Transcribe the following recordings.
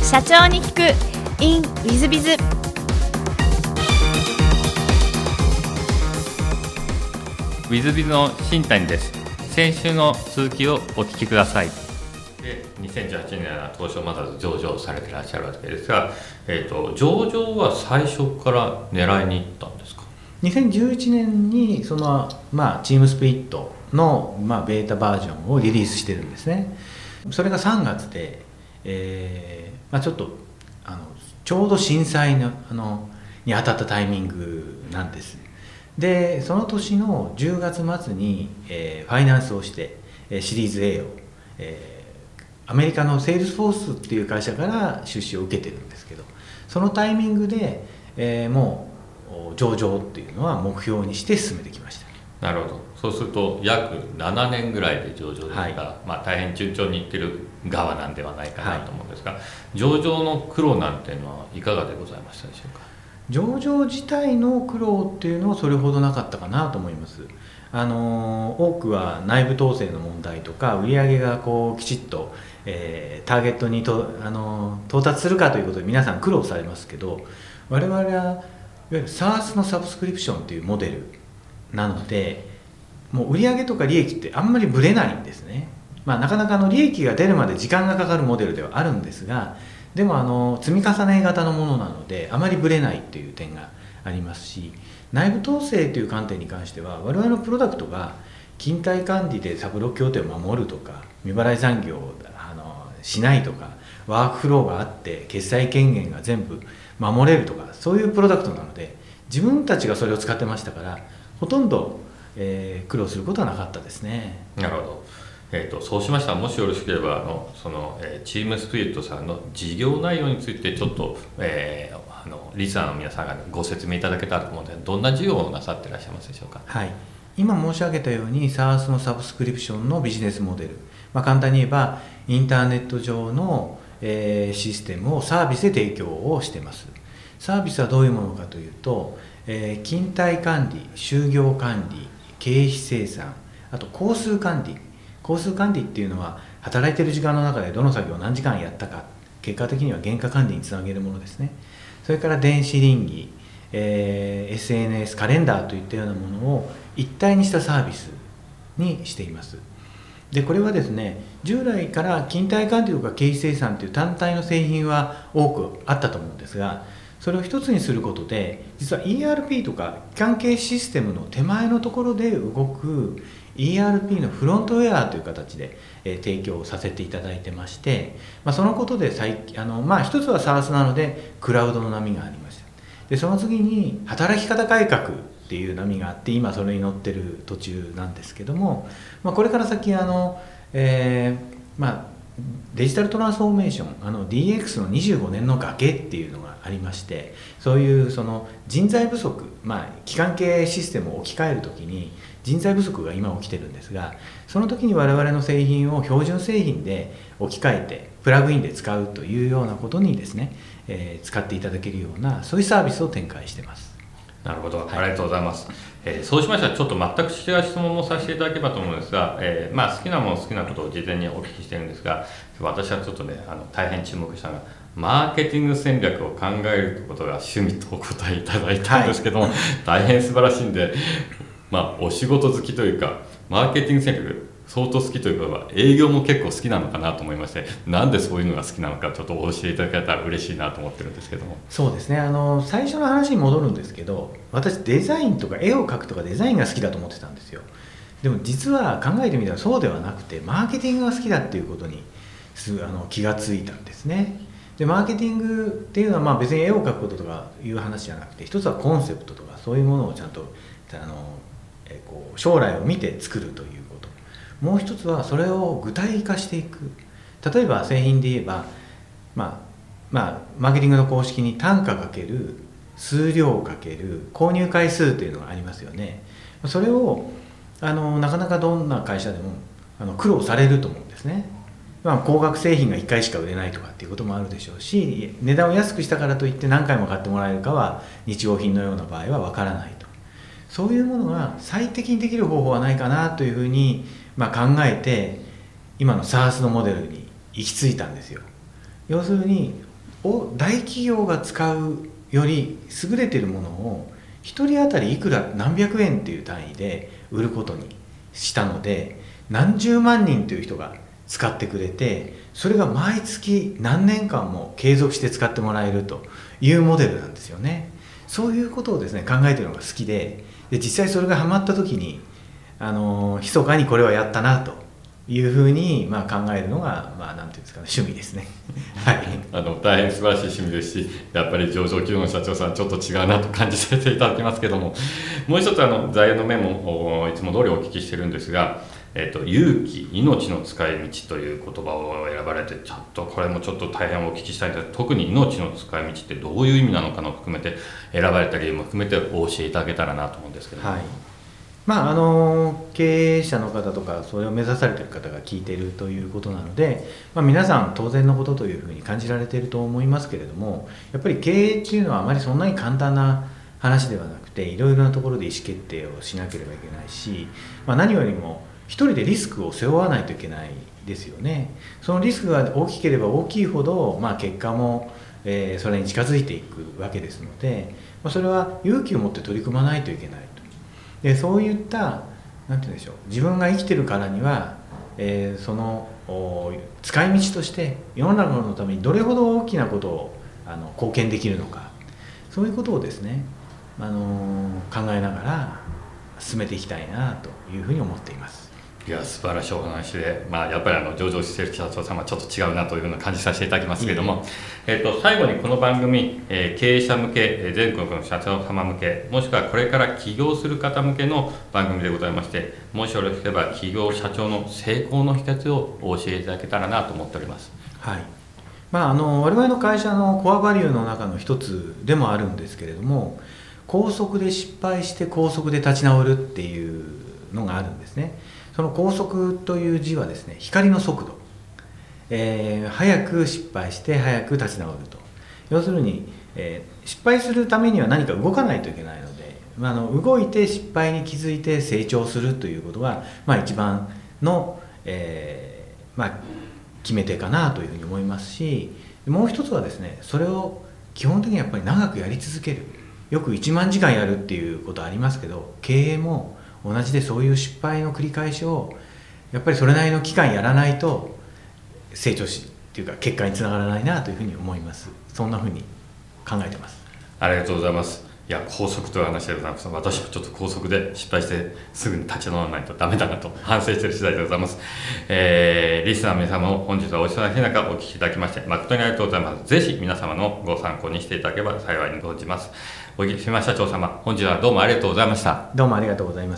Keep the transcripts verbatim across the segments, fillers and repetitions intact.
社長に聞く in ウィズビズ。 ウィズビズの新谷です。先週の続きをお聞きください。でにせんじゅうはちねんは東証マザーズ上場されていらっしゃるわけですが、えーと、上場は最初から狙いに行ったんですか？ にせんじゅういちねんにその、まあ、チームスプリットの、まあ、ベータバージョンをリリースしてるんですね。それがさんがつで、えーまあ、ちょっとあのちょうど震災のあのに当たったタイミングなんです。でその年のじゅうがつ末に、えー、ファイナンスをしてシリーズ A を、えー、アメリカのセールスフォースっていう会社から出資を受けてるんですけど、そのタイミングで、えー、もう上場っていうのは目標にして進めてきました。 なるほど。そうすると約ななねんぐらいで上場ですから、はい、まあ、大変順調にいってる側なんではないかなと思うんですが、はい、上場の苦労なんていうのはいかがでございましたでしょうか？ 上場自体の苦労っていうのはそれほどなかったかなと思います。あの多くは内部統制の問題とか、売上がこうきちっと、えー、ターゲットにと、あの到達するかということで皆さん苦労されますけど、我々はいわゆる SaaS のサブスクリプションというモデルなので、もう売上とか利益ってあんまりぶれないんですね。まあ、なかなかの利益が出るまで時間がかかるモデルではあるんですが、でもあの積み重ね型のものなのであまりぶれないという点がありますし、内部統制という観点に関しては我々のプロダクトが勤怠管理でサブロック協定を守るとか、未払い残業をあのしないとか、ワークフローがあって決済権限が全部守れるとか、そういうプロダクトなので自分たちがそれを使ってましたから、ほとんど、えー、苦労することはなかったですね。 なるほど。えー、とそうしましたら、もしよろしければあのその、えー、チームスプリットさんの事業内容についてちょっと、えー、あのリスナーの皆さんがご説明いただけたらと思うので、どんな事業をなさっていらっしゃいますでしょうか？ はい、今申し上げたように SaaS のサブスクリプションのビジネスモデル、まあ、簡単に言えばインターネット上の、えー、システムをサービスで提供をしています。サービスはどういうものかというと、えー、勤怠管理、就業管理、経費生産、あと工数管理。工数管理っていうのは働いている時間の中でどの作業を何時間やったか、結果的には原価管理につなげるものですね。それから電子倫理、えー、エスエヌエス カレンダーといったようなものを一体にしたサービスにしています。でこれはですね、従来から勤怠管理とか経費生産という単体の製品は多くあったと思うんですが、それを一つにすることで、実は イーアールピー とか関係システムの手前のところで動く イーアールピー のフロントウェアという形で、えー、提供させていただいてまして、まあ、そのことで最あの、まあ、一つは SaaS なのでクラウドの波がありました。でその次に働き方改革っていう波があって、今それに乗ってる途中なんですけども、まあ、これから先あの、えーまあ、デジタルトランスフォーメーション、あの ディーエックス のにじゅうごねんの崖っていうのがありまして、そういうその人材不足、まあ、基幹系システムを置き換えるときに人材不足が今起きてるんですが、その時に我々の製品を標準製品で置き換えてプラグインで使うというようなことにですね、えー、使っていただけるような、そういうサービスを展開しています。 なるほど、はい、ありがとうございます。えー、そうしましたらちょっと全く違う質問もさせていただければと思うんですが、えーまあ、好きなもの好きなことを事前にお聞きしてるんですが、私はちょっとね、あの大変注目したのがマーケティング戦略を考えるということが趣味とお答えいただいたんですけども、はい、大変素晴らしいんで、まあ、お仕事好きというかマーケティング戦略相当好きということは営業も結構好きなのかなと思いまして、なんでそういうのが好きなのかちょっとお教えいただけたら嬉しいなと思ってるんですけども。 そうですね、あの最初の話に戻るんですけど、私デザインとか絵を描くとかデザインが好きだと思ってたんですよ。でも実は考えてみたらそうではなくて、マーケティングが好きだっていうことにあの気がついたんですね。でマーケティングっていうのはまあ別に絵を描くこととかいう話じゃなくて、一つはコンセプトとかそういうものをちゃんとあのえこう将来を見て作るということ、もう一つはそれを具体化していく。例えば製品で言えば、まあまあ、マーケティングの公式に単価かける数量かける購入回数というのがありますよね。それをあのなかなかどんな会社でもあの苦労されると思うんですね。まあ、高額製品がいっかいしか売れないとかっていうこともあるでしょうし、値段を安くしたからといって何回も買ってもらえるかは日用品のような場合はわからないと。そういうものが最適にできる方法はないかなというふうに、まあ、考えて今の SaaS のモデルに行き着いたんですよ。要するにを大企業が使うより優れているものをひとり当たりいくら何百円っていう単位で売ることにしたので、何十万人という人が使ってくれて、それが毎月何年間も継続して使ってもらえるというモデルなんですよね。そういうことをですね考えているのが好きで、で実際それがハマった時にあの密かにこれはやったなというふうに、まあ、考えるのが、まあ、なんていうんですかね、趣味ですね。はい、あの大変素晴らしい趣味ですし、やっぱり上場企業の社長さんちょっと違うなと感じさせていただきますけども、もう一つあの座右の銘もいつも通りお聞きしてるんですが、えっと、勇気、命の使い道という言葉を選ばれて、ちょっとこれもちょっと大変お聞きしたいんですが、特に命の使い道ってどういう意味なのかの含めて、選ばれた理由も含めてお教えいただけたらなと思うんですけども。 はい、まあ、あの経営者の方とかそれを目指されている方が聞いているということなので、まあ、皆さん当然のことというふうに感じられていると思いますけれども、やっぱり経営っていうのはあまりそんなに簡単な話ではなくて、いろいろなところで意思決定をしなければいけないし、まあ、何よりも一人でリスクを背負わないといけないですよね。そのリスクが大きければ大きいほど、まあ、結果も、えー、それに近づいていくわけですので、まあ、それは勇気を持って取り組まないといけないと。でそういったなんて言うんでしょう、自分が生きてるからには、えー、その使い道として世の中のためにどれほど大きなことをあの貢献できるのか、そういうことをですね、あのー、考えながら進めていきたいなというふうに思っています。 いや素晴らしいお話で、まあ、やっぱりあの上場している社長様はちょっと違うなというふうな感じさせていただきますけれども、えー、と最後にこの番組、えー、経営者向け、全国の社長様向け、もしくはこれから起業する方向けの番組でございまして、もしよろしければ起業社長の成功の秘訣をお教えいただけたらなと思っております。 はい、まあ、あの我々の会社のコアバリューの中の一つでもあるんですけれども、高速で失敗して高速で立ち直るっていうのがあるんですね。その高速という字はですね、光の速度、えー、早く失敗して早く立ち直ると。要するに、えー、失敗するためには何か動かないといけないので、まあ、あの動いて失敗に気づいて成長するということが、まあ、一番の、えーまあ、決め手かなというふうに思いますし、もう一つはですね、それを基本的にやっぱり長くやり続ける。よくいちまんじかんやるっていうことありますけど、経営も同じで、そういう失敗の繰り返しをやっぱりそれなりの期間やらないと成長しっていうか結果につながらないなというふうに思います。そんなふうに考えてます。 ありがとうございます。いや高速という話でございます。私はちょっと高速で失敗してすぐに立ち直らないとダメだなと反省している次第でございます。えー、リスナーの皆様も本日はお忙しい中お聞きいただきまして誠にありがとうございます。ぜひ皆様のご参考にしていただければ幸いに存じます。小木島社長様、本日はどうもありがとうございました。 どうもありがとうございます。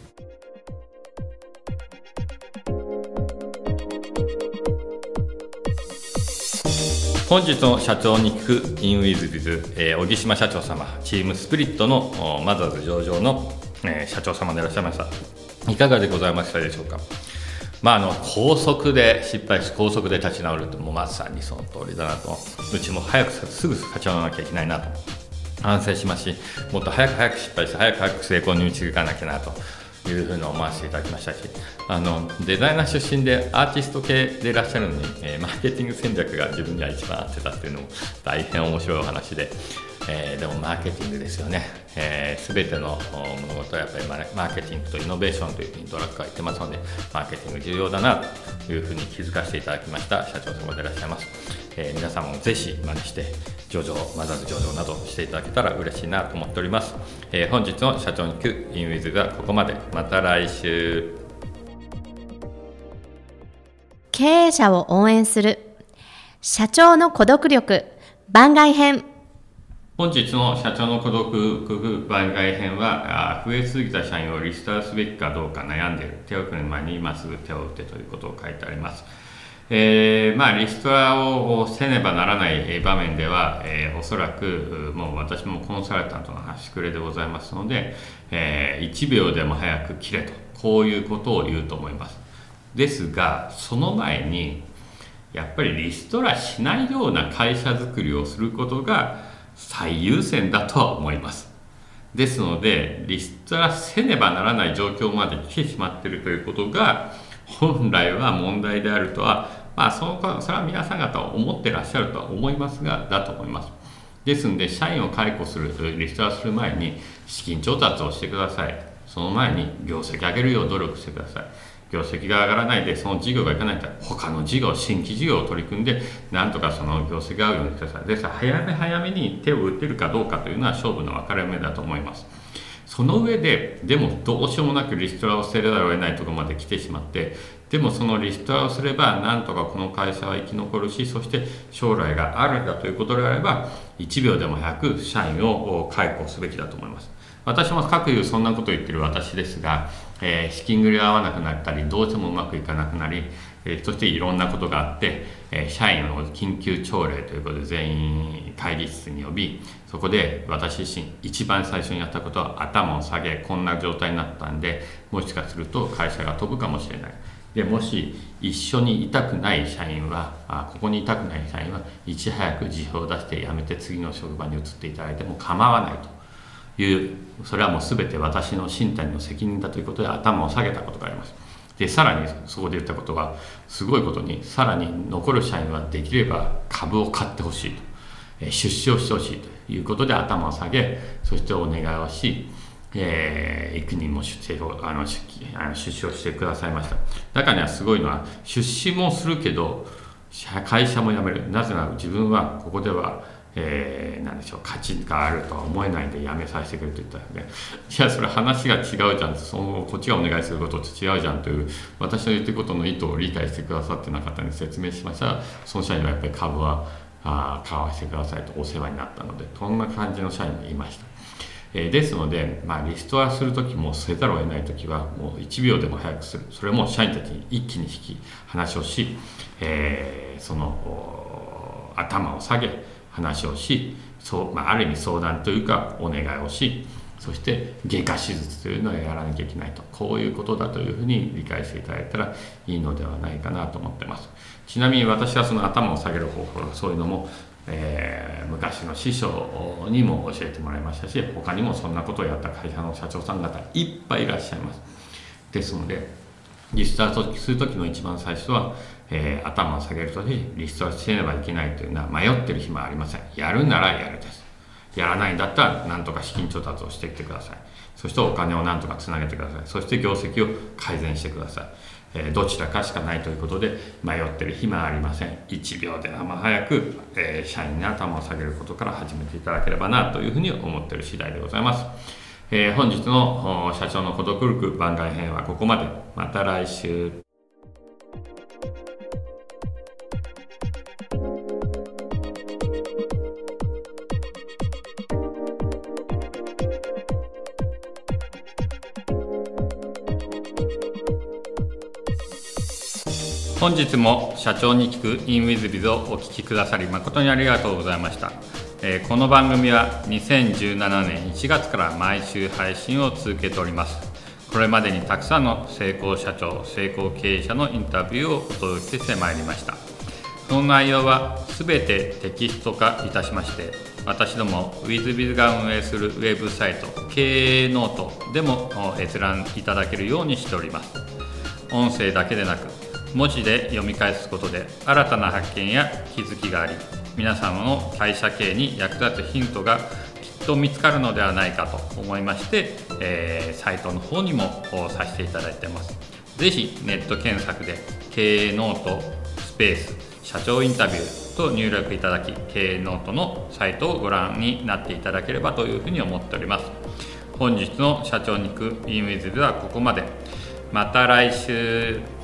本日の社長に聞く インウィズビズ、えー、小木島社長様、チームスプリットのマザーズ上場の、えー、社長様でいらっしゃいました。いかがでございましたでしょうか。まあ、あの高速で失敗し高速で立ち直ると、もうまさにその通りだなと、うちも早くすぐ立ち直らなきゃいけないなと反省しますし、もっと早く早く失敗して早く早く成功に導かなきゃなというふうに思わせていただきましたし、あのデザイナー出身でアーティスト系でいらっしゃるのに、えー、マーケティング戦略が自分には一番合ってたっていうのも大変面白いお話で、えー、でもマーケティングですよね。えー、全ての物事はやっぱりマーケティングとイノベーションというふうにドラッグが言ってますので、マーケティング重要だなというふうに気づかせていただきました社長様でいらっしゃいます。えー、皆さんもぜひ真似して上場、マザーズ上場などしていただけたら嬉しいなと思っております。えー、本日の社長に聞くインウィズがここまで。また来週。 経営者を応援する社長の孤独力番外編。 本日の社長の孤独番外編は、増えすぎた社員をリストラすべきかどうか悩んでいる、手を組む前に今すぐ手を打てということを書いてあります。えーまあ、リストラをせねばならない場面では、えー、おそらくもう私もコンサルタントの端くれでございますので、えー、いちびょうでも早く切れと、こういうことを言うと思います。ですが、その前にやっぱりリストラしないような会社づくりをすることが最優先だとは思います。ですので、リストラせねばならない状況まで来てしまっているということが本来は問題であるとはまあそのそれは皆さん方は思ってらっしゃるとは思いますが、だと思います。ですので社員を解雇する、リストラする前に資金調達をしてください。その前に業績上げるよう努力してください。業績が上がらないでその事業がいかないと他の事業、新規事業を取り組んでなんとかその業績が合うようにしてください。ですから早め早めに手を打てるかどうかというのは勝負の分かれ目だと思います。その上ででもどうしようもなくリストラをせざるを得ないところまで来てしまって、でもそのリストラをすればなんとかこの会社は生き残るし、そして将来があるんだということであればいちびょうでも早く社員を解雇すべきだと思います。私も各言うそんなことを言ってる私ですが、えー、資金繰りが合わなくなったりどうしてもうまくいかなくなり、えー、そしていろんなことがあって、えー、社員を緊急朝礼ということで全員会議室に呼び、そこで私自身一番最初にやったことは頭を下げ、こんな状態になったんでもしかすると会社が飛ぶかもしれない。でもし一緒にいたくない社員はあここにいたくない社員はいち早く辞表を出して辞めて次の職場に移っていただいても構わないという、それはもう全て私の身体の責任だということで頭を下げたことがあります。でさらにそこで言ったことはすごいことに、さらに残る社員はできれば株を買ってほしいと、え出資をしてほしいということで頭を下げ、そしてお願いをし、えー、幾人も出資をあの出あの出資をしてくださいました。中にはすごいのは出資もするけど会社も辞める、なぜなら自分はここではえー、何でしょう価値があるとは思えないんで辞めさせてくれと言ったので、いやそれ話が違うじゃん、そのこっちがお願いすることと違うじゃんという私の言ってることの意図を理解してくださってなかったので説明しましたら、その社員はやっぱり株はあ買わせてくださいとお世話になったので、こんな感じの社員もいました。えー、ですので、まあ、リストラするときもせざるを得ないときはもういちびょうでも早くする、それも社員たちに一気に引き話をし、えー、その頭を下げ話をし、そう、まあ、ある意味相談というかお願いをし、そして外科手術というのをやらなきゃいけないと、こういうことだというふうに理解していただいたらいいのではないかなと思ってます。ちなみに私はその頭を下げる方法、そういうのも、えー、昔の師匠にも教えてもらいましたし、他にもそんなことをやった会社の社長さん方いっぱいいらっしゃいます。ですのでリストラするときの一番最初はえー、頭を下げるときリストラしねばいけないというのは迷ってる暇はありません。やるならやるです。やらないんだったら何とか資金調達をしてきてください。そしてお金を何とかつなげてください。そして業績を改善してください。えー、どちらかしかないということで迷ってる暇はありません。いちびょうでま早く、えー、社員に頭を下げることから始めていただければなというふうに思っている次第でございます。えー、本日の社長の孤独力番外編はここまで。また来週。本日も社長に聞く InWithBiz をお聞きくださり誠にありがとうございました。えー、この番組はにせんじゅうななねんいちがつから毎週配信を続けております。これまでにたくさんの成功社長、成功経営者のインタビューをお届けしてまいりました。その内容はすべてテキスト化いたしまして、私ども WithBiz が運営するウェブサイト経営ノートでも閲覧いただけるようにしております。音声だけでなく文字で読み返すことで新たな発見や気づきがあり、皆様の会社経営に役立つヒントがきっと見つかるのではないかと思いまして、えー、サイトの方にもさせていただいています。ぜひネット検索で経営ノートスペース社長インタビューと入力いただき、経営ノートのサイトをご覧になっていただければというふうに思っております。本日の社長に行く InWithBiz はここまで。また来週。